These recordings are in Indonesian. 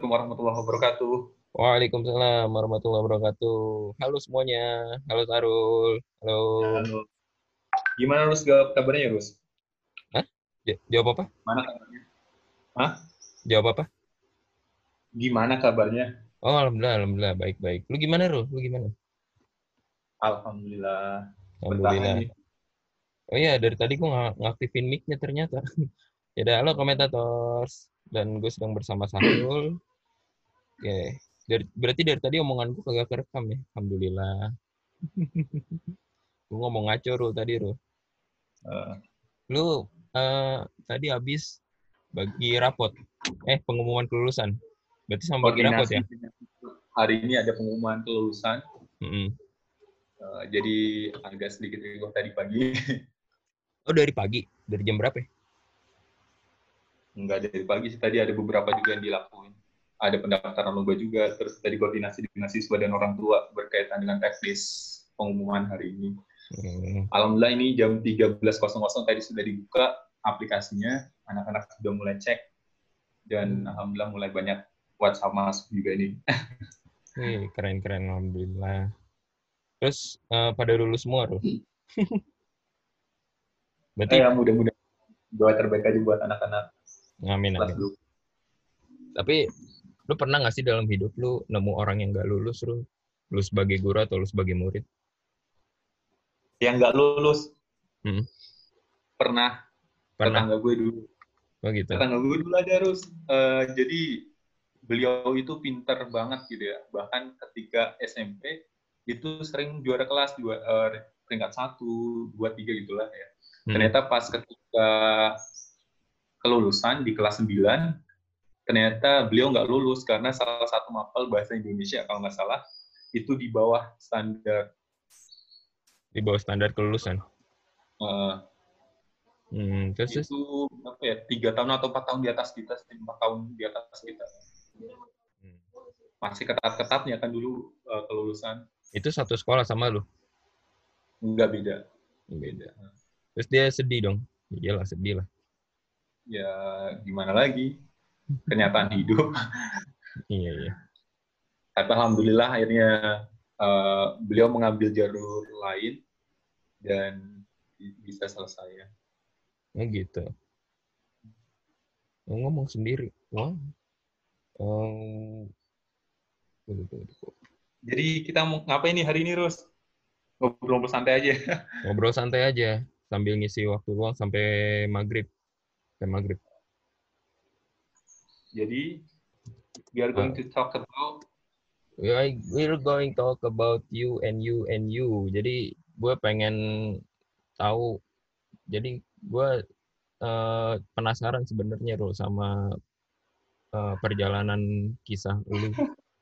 Assalamualaikum warahmatullahi wabarakatuh. Waalaikumsalam warahmatullahi wabarakatuh. Halo semuanya. Halo Tarul. Halo. Halo. Gimana Rus kabarnya Rus? Hah? Jawab apa? Mana kabarnya? Hah? Jawab apa? Gimana kabarnya? Oh, alhamdulillah, alhamdulillah. Baik, baik. Lu gimana, Ru? Lu gimana? Alhamdulillah bertahan Alhamdulillah. nih. Oh iya, dari tadi gua ngaktifin mic-nya ternyata. Ya udah, halo komentators. Dan gue sedang bersama Sahrul. Oke. Berarti dari tadi omongan gue kagak kerekam ya. Alhamdulillah. Gue ngomong ngaco, Ru, tadi, Ru. Eh, Lu eh, tadi habis bagi rapot. Pengumuman kelulusan. Berarti sama bagi rapot Koordinasi ya? hari ini ada pengumuman kelulusan. Mm-mm. Jadi agak sedikit heboh tadi pagi. Oh, dari pagi. Dari jam berapa ya? Enggak dari pagi sih, tadi ada beberapa juga yang dilakuin. Ada pendaftaran lomba juga, terus tadi koordinasi dengan siswa dan orang tua berkaitan dengan teknis pengumuman hari ini. Hmm. Alhamdulillah ini jam 13.00 tadi sudah dibuka aplikasinya, anak-anak sudah mulai cek, dan alhamdulillah mulai banyak WhatsApp masuk juga ini. Wih, keren-keren. Alhamdulillah. Terus pada lulus semua tuh. Berarti, Ya mudah-mudahan doa terbaik aja buat anak-anak amin, kelas amin. dulu. Tapi, lu pernah nggak sih dalam hidup lu nemu orang yang nggak lulus, lu? Lu sebagai guru atau lu sebagai murid? Yang nggak lulus Hmm, pernah, pernah. tetangga gue dulu. Oh gitu. Tetangga gue dulu aja harus. Jadi beliau itu pinter banget gitu ya. Bahkan ketika SMP itu sering juara kelas peringkat 1, 2, 3 gitulah ya. Hmm. Ternyata pas ketika kelulusan di kelas 9, ternyata beliau nggak lulus karena salah satu mapel bahasa Indonesia kalau nggak salah itu di bawah standar. Di bawah standar kelulusan. Uh, Terus. itu apa ya, 3 tahun atau 4 tahun di atas kita, 4 tahun di atas kita. Hmm. Masih ketat-ketatnya kan dulu kelulusan. Itu satu sekolah sama lu? Nggak, beda. Beda. Terus dia sedih dong. Iyalah, sedih lah. Ya gimana lagi, kenyataan hidup. Iya, iya. Tapi alhamdulillah akhirnya beliau mengambil jalur lain dan bisa selesai ya. Oh gitu. Ngomong sendiri. Wah. Oh, tunggu, tunggu, tunggu. Jadi kita mau ngapain nih hari ini, Rus? Ngobrol-ngobrol santai aja. Ngobrol santai aja sambil ngisi waktu luang sampai maghrib. Sampai maghrib. Jadi we are Ah, going to talk about. we're going talk about you and you and you. Jadi gue pengen tahu. Jadi gue penasaran sebenarnya Ro sama perjalanan kisah lu.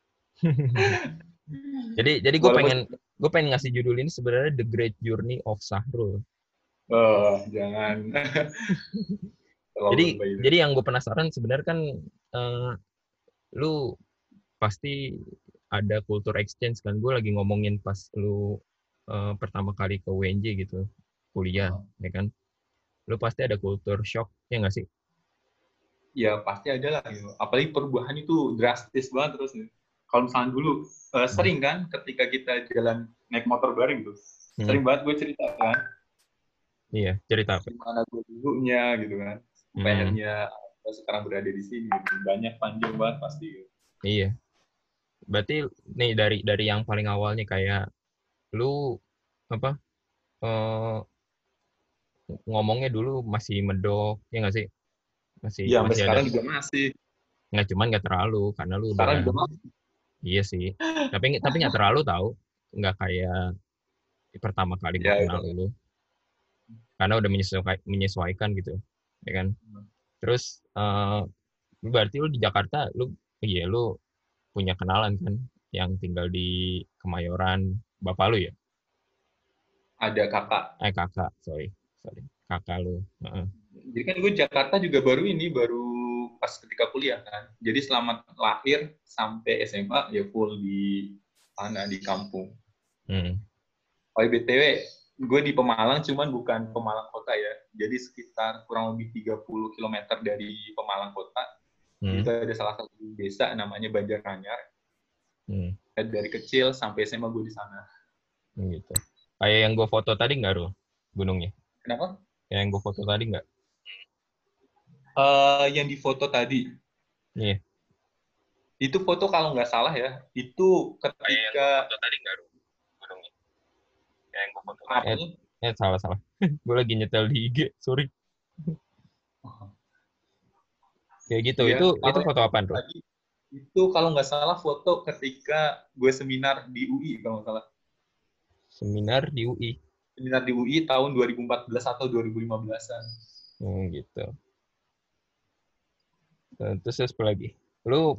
Jadi Walaupun gue pengen ngasih judul ini sebenarnya The Great Journey of Sahrul. jangan terlalu Jadi lebay itu. jadi yang gue penasaran sebenarnya kan eh, lu pasti ada kultur exchange kan. Gue lagi ngomongin pas lu pertama kali ke UNJ gitu, kuliah, Uh, ya kan? Lu pasti ada kultur shock, ya nggak sih? ya pasti ada lah gitu. Apalagi perubahan itu drastis banget terus. Gitu. Kalau misalnya dulu Hmm. sering kan ketika kita jalan naik motor bareng tuh, Hmm. sering banget gue cerita kan Iya, cerita apa? gimana gue dulunya gitu kan, sampai Hmm. akhirnya sekarang berada di sini. Gitu. Banyak panjang banget pasti. Gitu. Iya. Berarti nih dari yang paling awalnya kayak lu apa eh, ngomongnya dulu masih medok, ya nggak sih? Masih Ya sampai masih ada sekarang juga masih. nggak, cuman nggak terlalu karena lu udah. Sekarang juga masih. Iya sih. Tapi nggak terlalu tahu. Nggak kayak pertama kali gue Ya, kenal ya. lu. Karena udah menyesuaikan gitu. Ya kan? Terus berarti lu di Jakarta, iya lu punya kenalan kan yang tinggal di Kemayoran, bapak lu ya? Ada kakak. Kakak, sorry. Sorry. Kakak lu. Heeh. Jadi kan gue Jakarta juga baru pas ketika kuliah kan. Jadi selama lahir sampai SMA ya full di sana di kampung. Hmm. Oh BTW, gue di Pemalang cuman bukan Pemalang kota ya. Jadi sekitar kurang lebih 30 km dari Pemalang kota Itu ada salah satu desa namanya Banjaranyar. Dari kecil sampai SMA gue di sana. Gitu. Kayak yang gue foto tadi nggak, Ru? Gunungnya? Kenapa? Kayak yang gue foto tadi nggak? Yang di foto tadi. Iya. Itu foto kalau nggak salah ya, itu Kayak yang ketika... gue foto tadi nggak, Ru? Gunungnya. Kayak yang gue foto tadi. Apanya? Salah. Gue lagi nyetel di IG, sorry. Kayak gitu. Iya, Itu foto apaan, Ru? tadi itu kalau nggak salah foto ketika gue seminar di UI kalau nggak salah. Seminar di UI. Seminar di UI tahun 2014 atau 2015-an. Gitu. Terus apa lagi? Lu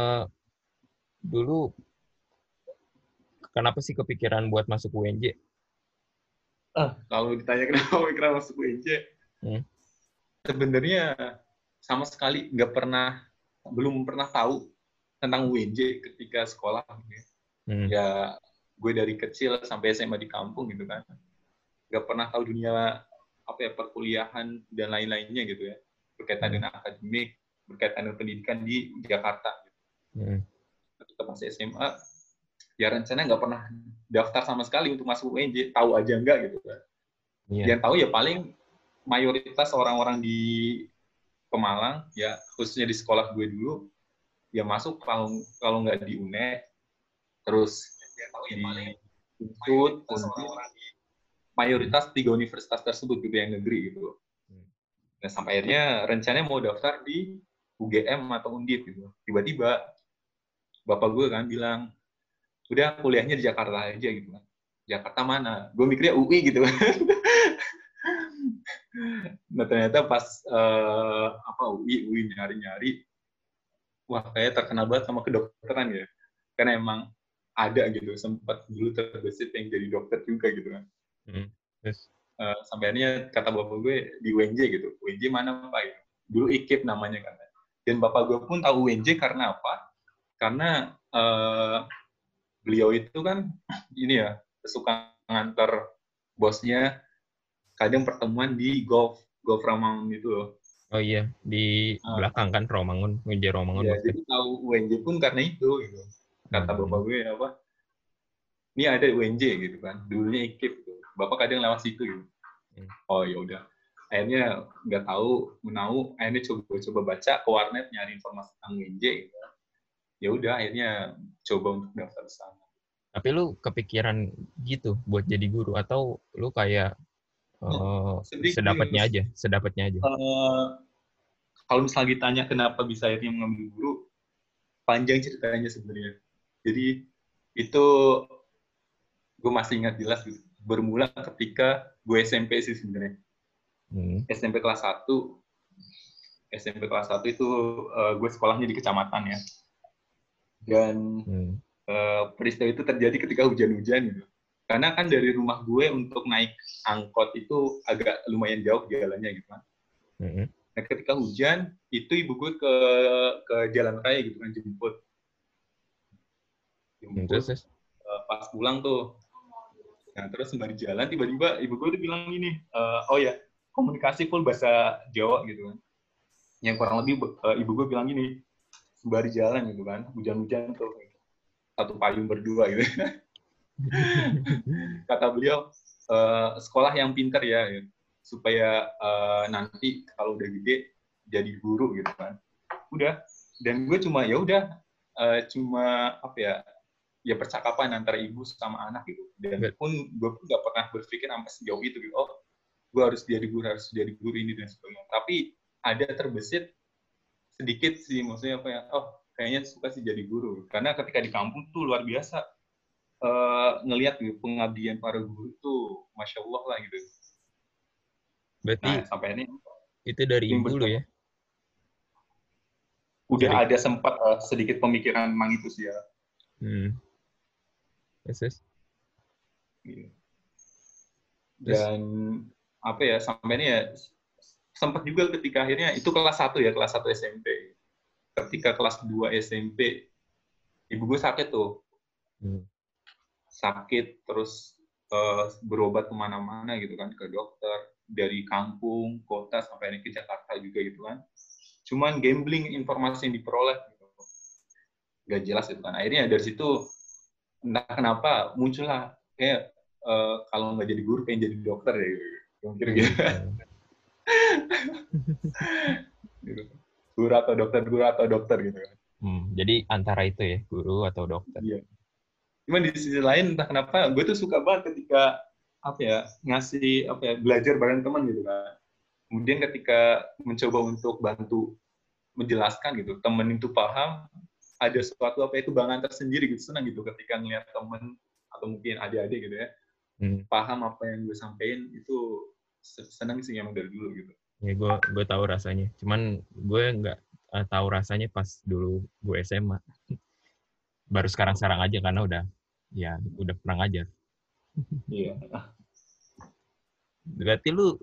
dulu kenapa sih kepikiran buat masuk UNJ? Kalau ditanya kenapa masuk UNJ, sebenarnya sama sekali belum pernah tahu tentang UNJ ketika sekolah. Ya, gue dari kecil sampai SMA di kampung gitu kan, nggak pernah tahu dunia perkuliahan dan lain-lainnya gitu ya, berkaitan dengan akademik, berkaitan dengan pendidikan di Jakarta. Ketika pas SMA, ya rencana nggak pernah daftar sama sekali untuk masuk UNJ, tahu aja enggak gitu kan. Yang tahu ya paling mayoritas orang-orang di Pemalang, ya khususnya di sekolah gue dulu, ya masuk kalau nggak di UNED, terus di Unsud, mayoritas 3 universitas tersebut gitu yang negeri gitu. Nah, sampai akhirnya rencananya mau daftar di UGM atau Undip gitu. Tiba-tiba bapak gue kan bilang, udah kuliahnya di Jakarta aja gitu kan. Jakarta mana? Gue mikirnya UI gitu kan. Nah ternyata pas UI nyari-nyari, wah kayak terkenal banget sama kedokteran ya. Karena emang ada gitu, sempat dulu terbesit yang jadi dokter juga gitu kan. Sampai akhirnya kata bapak gue di UNJ gitu. UNJ mana Pak? Gitu. Dulu IKIP namanya kan. Dan bapak gue pun tahu UNJ karena apa? Karena beliau itu kan ini ya, suka nganter bosnya kadang pertemuan di golf Ramangun itu loh. Oh iya, di belakang kan Romangun, UNJ Romangun Ya, maksudnya. jadi tahu UNJ pun karena itu gitu. Kata bapak gue apa? Ini ada UNJ gitu kan. Dulunya IKIP gitu. Bapak kadang lewat situ gitu. Oh ya udah. Akhirnya nggak tahu menau, akhirnya coba baca ke warnet nyari informasi tentang UNJ gitu. Ya udah akhirnya coba untuk daftar ke sana. Tapi lu kepikiran gitu buat jadi guru atau lu kayak sedapatnya aja? Kalau misalnya ditanya kenapa bisa akhirnya mengambil guru, panjang ceritanya sebenarnya. Jadi itu gue masih ingat jelas gitu. Bermula ketika gue SMP sih sebenarnya. SMP kelas 1. SMP kelas 1 itu gue sekolahnya di kecamatan ya. Dan peristiwa itu terjadi ketika hujan-hujan gitu. Karena kan dari rumah gue untuk naik angkot itu agak lumayan jauh jalannya gitu kan. Nah, ketika hujan, itu ibu gue ke jalan raya gitu kan, jemput. Pas pulang tuh. Nah, terus sembari jalan, tiba-tiba ibu gue tuh bilang gini, oh ya, komunikasi full bahasa Jawa gitu kan. Yang kurang lebih ibu gue bilang gini, sembari jalan gitu kan, hujan-hujan tuh. Satu payung berdua gitu. Kata beliau, sekolah yang pintar ya, gitu. Supaya nanti kalau udah gede jadi guru gitu kan. Udah, dan gue cuma ya udah cuma apa ya percakapan antara ibu sama anak gitu. Dan gue pun nggak pernah berpikir sampai sejauh itu gitu. Oh, gue harus jadi guru ini dan sebagainya. Tapi ada terbesit sedikit sih, maksudnya apa ya? Oh, kayaknya suka sih jadi guru. Karena ketika di kampung tuh luar biasa ngelihat gitu, pengabdian para guru tuh, masya Allah lah gitu. Berarti Nah sampai ini itu dari ibu lu ya? Udah ada sempat sedikit pemikiran memang itu sih ya. Yes. Dan apa ya, sampai ini ya sempat juga ketika akhirnya itu kelas 1 ya, kelas 1 SMP. Ketika kelas 2 SMP ibu gue sakit tuh. Sakit terus berobat kemana-mana gitu kan, ke dokter dari kampung, kota sampai ke Jakarta juga gitu kan. cuman gambling informasi yang diperoleh gitu. Gak jelas itu kan. Akhirnya dari situ entah kenapa muncullah kayak kalau nggak jadi guru pengen jadi dokter ya mungkin gitu. Gitu. Guru atau dokter gitu kan. Jadi antara itu ya, guru atau dokter. Iya. Cuman di sisi lain entah kenapa gue tuh suka banget ketika ngasih belajar bareng teman gitu kan. Kemudian ketika mencoba untuk bantu menjelaskan gitu, temen itu paham, ada suatu kebanggaan tersendiri gitu, senang gitu ketika ngeliat temen atau mungkin adik-adik gitu ya, paham apa yang gue sampaikan, itu senang sih emang dari dulu gitu. Ya gue tahu rasanya, cuman gue nggak tahu rasanya pas dulu gue SMA. Baru sekarang aja karena udah pernah ngajar. Iya. Berarti lu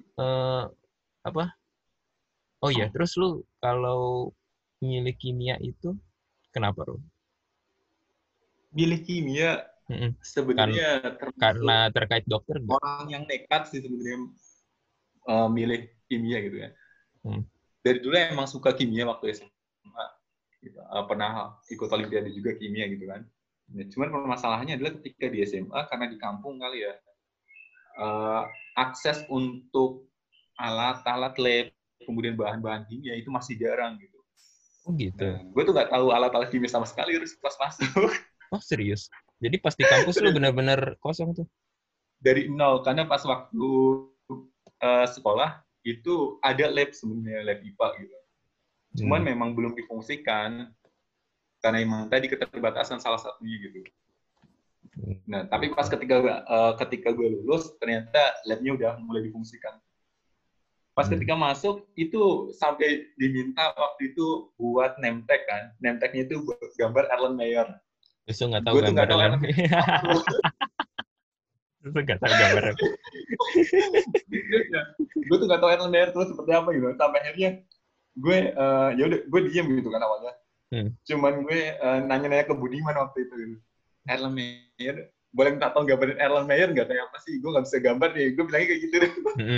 Oh iya, terus lu kalau milih kimia itu kenapa, Ru? Milih kimia sebenarnya karena terkait dokter nggak? Orang yang nekat sih sebenarnya milih kimia gitu ya. Dari dulu emang suka kimia waktu SMA. Gitu. Pernah ikut olimpiade juga kimia gitu kan. Nah, cuman permasalahannya adalah ketika di SMA karena di kampung kali ya, akses untuk alat-alat lab, kemudian bahan-bahan kimia itu masih jarang gitu. Oh gitu. Nah, gue tuh nggak tahu alat-alat kimia sama sekali harus pas masuk. Oh serius? Jadi pas di kampus lu benar-benar kosong tuh? Dari nol, karena pas waktu sekolah itu ada lab sebenarnya, lab IPA gitu. Cuman memang belum difungsikan karena emang tadi keterbatasan salah satunya gitu. Nah, tapi pas ketika gue lulus, ternyata labnya udah mulai difungsikan. Pas ketika masuk, itu sampai diminta waktu itu buat name tag kan. Name tag-nya itu gambar Erlen Meyer. Terus lu nggak tahu gambar Erlen Meyer? Terus lu nggak tahu gambar Gue tuh nggak tahu Erlen Meyer terus seperti apa gitu. Sampai akhirnya gue, ya udah, gue diem gitu kan awalnya. Cuman gue nanya-nanya ke Budiman waktu itu. Gitu. Erlen Meyer, boleh minta tolong gambarin Erlen Meyer nggak, kayak apa sih? Gue nggak bisa gambar nih. Gue bilangnya kayak gitu.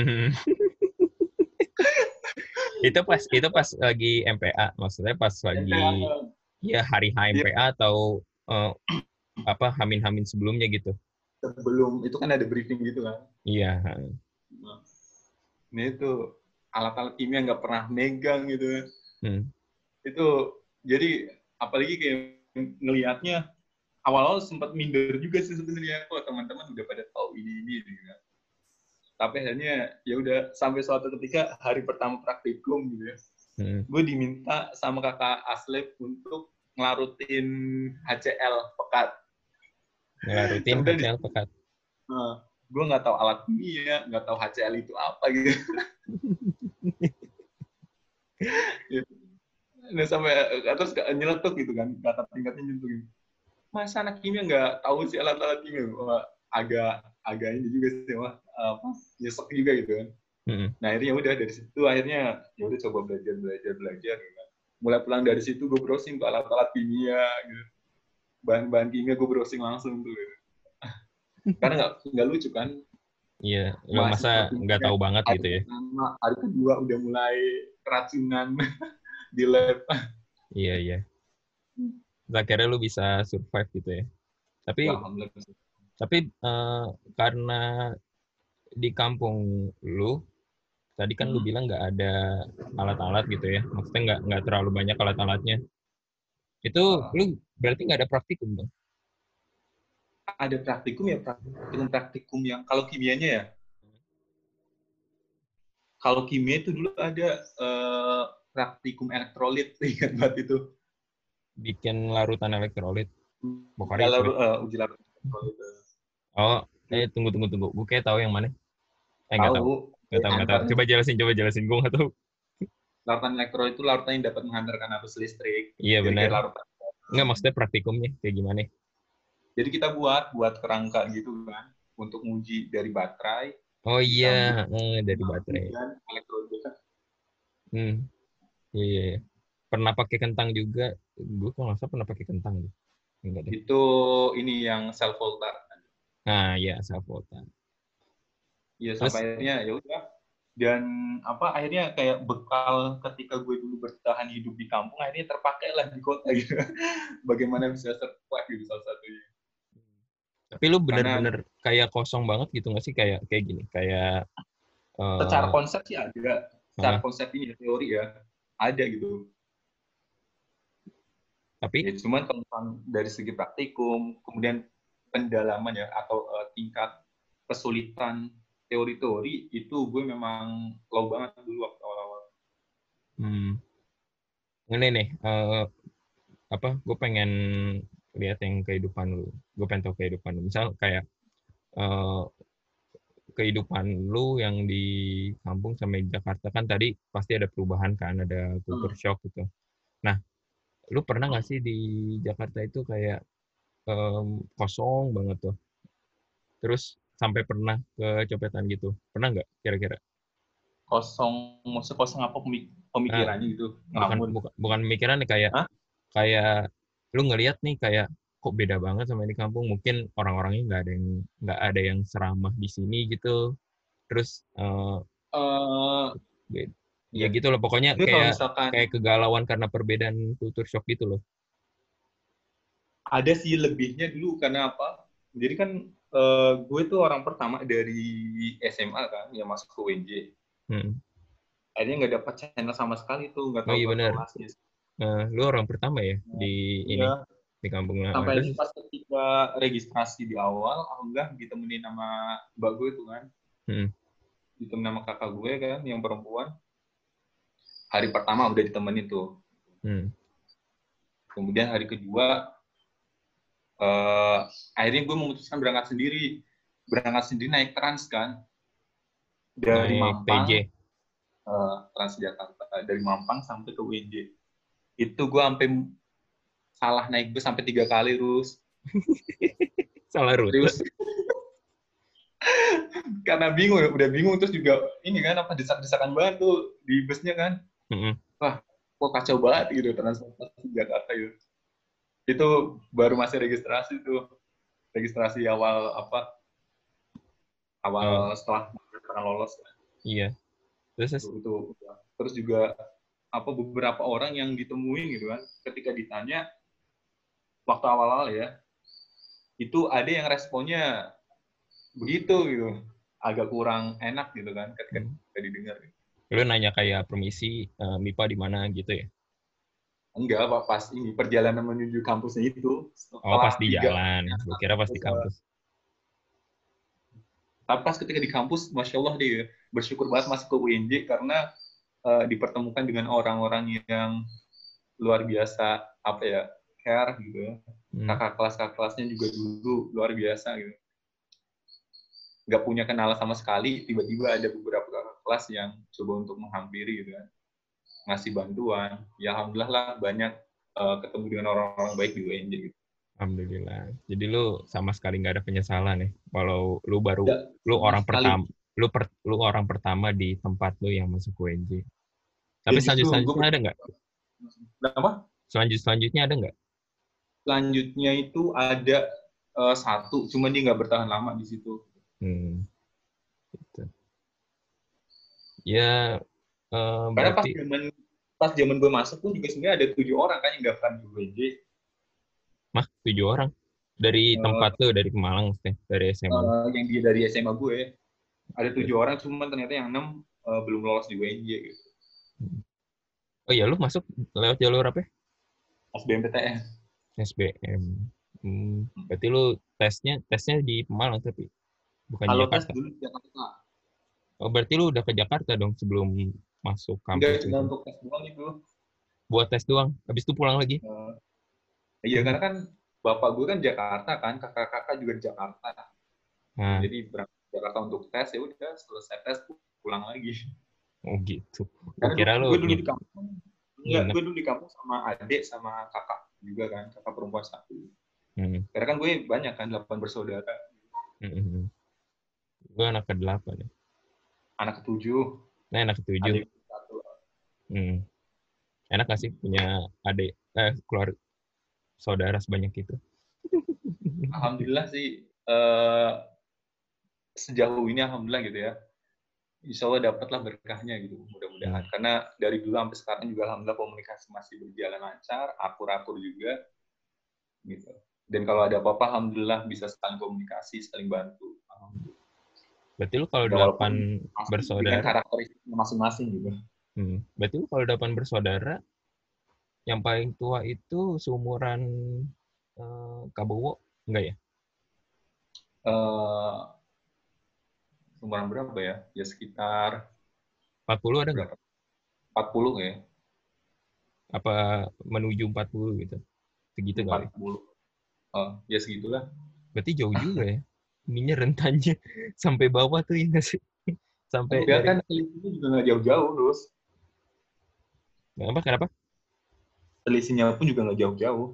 Itu pas lagi MPA, maksudnya pas lagi ya hari MPA atau Hamin sebelumnya gitu. Sebelum itu kan ada briefing gitu kan. Iya. Nah itu alat-alat kimia nggak pernah megang gitu. Itu jadi apalagi kayak ngelihatnya awal-awal sempat minder juga sih sebenarnya, kok teman-teman udah pada tahu ini gitu kan. Tapi akhirnya ya udah sampai suatu ketika hari pertama praktikum gitu ya, gue diminta sama kakak Aslep untuk ngelarutin HCl pekat. Ngelarutin HCl pekat. Gue nggak tahu alat kimia, nggak tahu HCl itu apa gitu. Nah sampai terus nyeletuk gitu kan, kata tingkatnya nyentuh. Masa anak kimia nggak tahu sih alat-alat kimia? Wah, agak ini juga sih, nyesek juga gitu kan. Nah akhirnya udah dari situ akhirnya ya udah coba belajar gitu kan. Mulai pulang dari situ gue browsing ke alat-alat kimia gitu. Bahan-bahan kimia gue browsing langsung tuh gitu. Karena nggak lucu kan. Iya, masa nggak tahu banget gitu ya. Hari kedua udah mulai keracunan di lab. Iya. Akhirnya lu bisa survive gitu ya. Tapi karena di kampung lu tadi kan lu bilang nggak ada alat-alat gitu ya, maksudnya nggak terlalu banyak alat-alatnya. Itu lu berarti nggak ada praktikum dong? Ada praktikum yang kalau kimianya ya. Kalau kimia itu dulu ada praktikum elektrolit, ingat banget itu. Bikin larutan elektrolit. Uji larutan elektrolit. Oh, tunggu. Gue kayak tahu yang mana. Nggak tahu. Coba jelasin. Gue nggak tahu. Larutan elektrolit itu larutan yang dapat menghantarkan arus listrik. Iya benar. Nggak, maksudnya praktikumnya kayak gimana? Jadi kita buat kerangka gitu kan untuk uji dari baterai. Oh iya, dari baterai. Dan elektrolit. Iya. Pernah pakai kentang juga. Gue kalau nggak salah pernah pakai kentang. Itu ini yang self volta. Nah, iya self volta. Iya, sampai akhirnya ya udah Dan akhirnya kayak bekal ketika gue dulu bertahan hidup di kampung akhirnya terpakai lah di kota gitu. Bagaimana bisa survive gitu salah satunya. Tapi lu Karena bener-bener kayak kosong banget gitu nggak sih? Kayak gini, kayak secara eh konsep sih ada, secara ah, konsep ini teori ya ada gitu. tapi Ya cuman kalau dari segi praktikum, kemudian pendalaman ya atau tingkat kesulitan teori-teori itu gue memang low banget dulu waktu awal-awal. hmm, ini nih gue pengen lihat yang kehidupan lu. Gue pengen tahu kehidupan lu. Misal kayak eh, kehidupan lu yang di kampung sama di Jakarta kan tadi pasti ada perubahan kan, ada culture Hmm. shock gitu. Nah, lu pernah nggak sih di Jakarta itu kayak kosong banget tuh? Terus sampai pernah kecopetan gitu? Pernah nggak kira-kira? Kosong, maksud kosong apa Nah, pemikirannya gitu, bukan ngelamun. bukan bukan pemikiran nih, kayak Hah? kayak lu ngelihat nih kayak kok beda banget sama di kampung, mungkin orang-orangnya nggak ada yang seramah di sini gitu, terus Eh ya ya. gitu loh, pokoknya Ini kalau kayak misalkan kayak kegalauan karena perbedaan culture shock gitu loh. ada sih lebihnya dulu karena apa? Jadi kan gue tuh orang pertama dari SMA kan yang masuk ke UNJ. Hmm. Akhirnya nggak dapat channel sama sekali tuh, nggak Oh tahu iya kakak benar. kelasnya. Lu orang pertama ya di ini Iya, di kampung. Nah, sampai terus ini pas ketika registrasi di awal, alhamdulillah ditemenin sama mbak gue itu kan, hmm, ditemenin sama kakak gue kan yang perempuan. Hari pertama udah ditemenin tuh. hmm. Kemudian hari kedua, eh, akhirnya gue memutuskan berangkat sendiri naik trans kan, dari Naik TJ. Mampang, Transjakarta, dari Mampang sampai ke UNJ. Itu gue sampai salah naik bus sampai 3 kali, Rus. Salah rute. Serius, karena bingung, udah bingung, terus juga ini kan desak-desakan banget tuh di busnya kan. Hmm. Wah, kok kacau banget gitu transportasi Jakarta gitu. Itu baru masih registrasi tuh, registrasi awal Oh awal setelah lolos. iya. Terus Itu terus juga beberapa orang yang ditemuin gitu kan, ketika ditanya waktu awal-awal ya, itu ada yang responnya begitu gitu, agak kurang enak gitu kan hmm. ketika didengar. Lu nanya kayak permisi, MIPA di mana gitu ya? Enggak, Pak, pas ini perjalanan menuju kampusnya itu Oh pas setelah di tiga, jalan. Gue kira pas di kampus. tapi pas ketika di kampus, masya Allah dia bersyukur banget masuk ke UNJ karena dipertemukan dengan orang-orang yang luar biasa care gitu ya. Hmm. Kakak kelasnya juga dulu luar biasa gitu, nggak punya kenalan sama sekali, tiba-tiba ada beberapa kakak kelas yang coba untuk menghampiri gitu kan, ngasih bantuan. Ya alhamdulillah lah, banyak ketemu dengan orang-orang baik di UNJ gitu. Alhamdulillah. Jadi lu sama sekali nggak ada penyesalan ya. Walau lu baru Nggak lu sama orang sekali. pertama lu orang pertama di tempat lu yang masuk UNJ. Tapi Dan justru gue selanjutnya ada nggak? berapa Selanjutnya ada nggak? selanjutnya itu ada satu, cuma dia nggak bertahan lama di situ. Hmm, gitu. Ya Karena berarti pas zaman gue masuk pun juga sebenarnya ada 7 orang kan yang daftar di UNJ. 7 orang dari tempat lu, dari Malang, dari SMA lu. Yang dia dari SMA gue ada Terus, 7 orang, cuma ternyata yang 6 belum lolos di UNJ gitu. oh iya, lu masuk lewat jalur apa ya? SBMPTN. SBM. Berarti lu tesnya di Malang tapi bukan di Kalau tes Jakarta. dulu di Jakarta, Oh, berarti lu udah ke Jakarta dong sebelum masuk enggak kampus cuma itu. untuk tes doang itu. Buat tes doang. Habis itu pulang lagi. Uh, Iya, karena kan bapak gue kan Jakarta kan, kakak-kakak juga di Jakarta. Nah, Jadi berangkat ke Jakarta untuk tes, ya udah selesai tes pulang lagi. oh gitu. Gue Karena kira lu gue dulu di kampung, enggak, nginep. gue dulu di kampung sama adik sama kakak juga kan, kakak perempuan satu. Hmm. Karena kan gue banyak kan, 8 bersaudara. Gue anak ke-8 ya. Anak ke-7, Nah, anak ke-7. adik satu. Hmm. Enak gak sih punya adik, keluar saudara sebanyak itu? Alhamdulillah sih, sejauh ini alhamdulillah gitu ya. insya Allah dapatlah berkahnya gitu, mudah-mudahan. Karena dari dulu sampai sekarang juga alhamdulillah komunikasi masih berjalan lancar, akur-akur juga gitu. Dan kalau ada apa-apa alhamdulillah bisa saling komunikasi, saling bantu. Berarti lu kalau Ya walaupun 8 pasti dengan bersaudara, karakteristiknya masing-masing gitu. berarti lu kalau 8 bersaudara, yang paling tua itu seumuran Kak Bowo, enggak ya? Eh umuran berapa ya? Ya sekitar 40 ada nggak? berapa? 40 ya. Apa menuju 40 gitu? Segitu kali. 40. Ya segitulah. Berarti jauh juga ya. Ininya rentannya sampai bawah tuh ya nggak sih? Sampai Enggak dari kan selisihnya juga nggak jauh-jauh terus. apa kenapa? Selisihnya pun juga nggak jauh-jauh.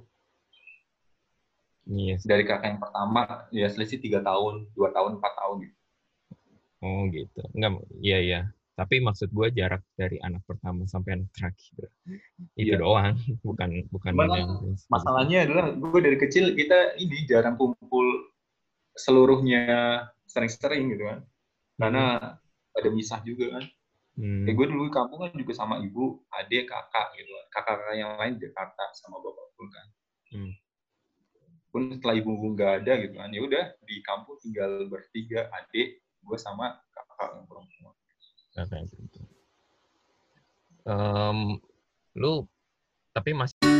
Yes. Dari kakak yang pertama ya selisih 3 tahun, 2 tahun, 4 tahun gitu. Oh gitu. Enggak, iya iya. Tapi maksud gue jarak dari anak pertama sampai anak terakhir. Itu Iya. doang, bukan bukan Cuman kan yang selisih. masalahnya adalah gue dari kecil kita ini jarang kumpul seluruhnya sering-sering gitu kan. Karena Hmm. ada misah juga kan. Kayak Hmm. gue dulu di kampung kan juga sama ibu, adik, kakak gitu kan. Kakak-kakak yang lain di Jakarta sama bapak pun kan. Hmm. Pun setelah ibu nggak ada gitu kan, ya udah di kampung tinggal bertiga, adik, gue sama kakak yang perempuan. Kayak gitu. Lu tapi masih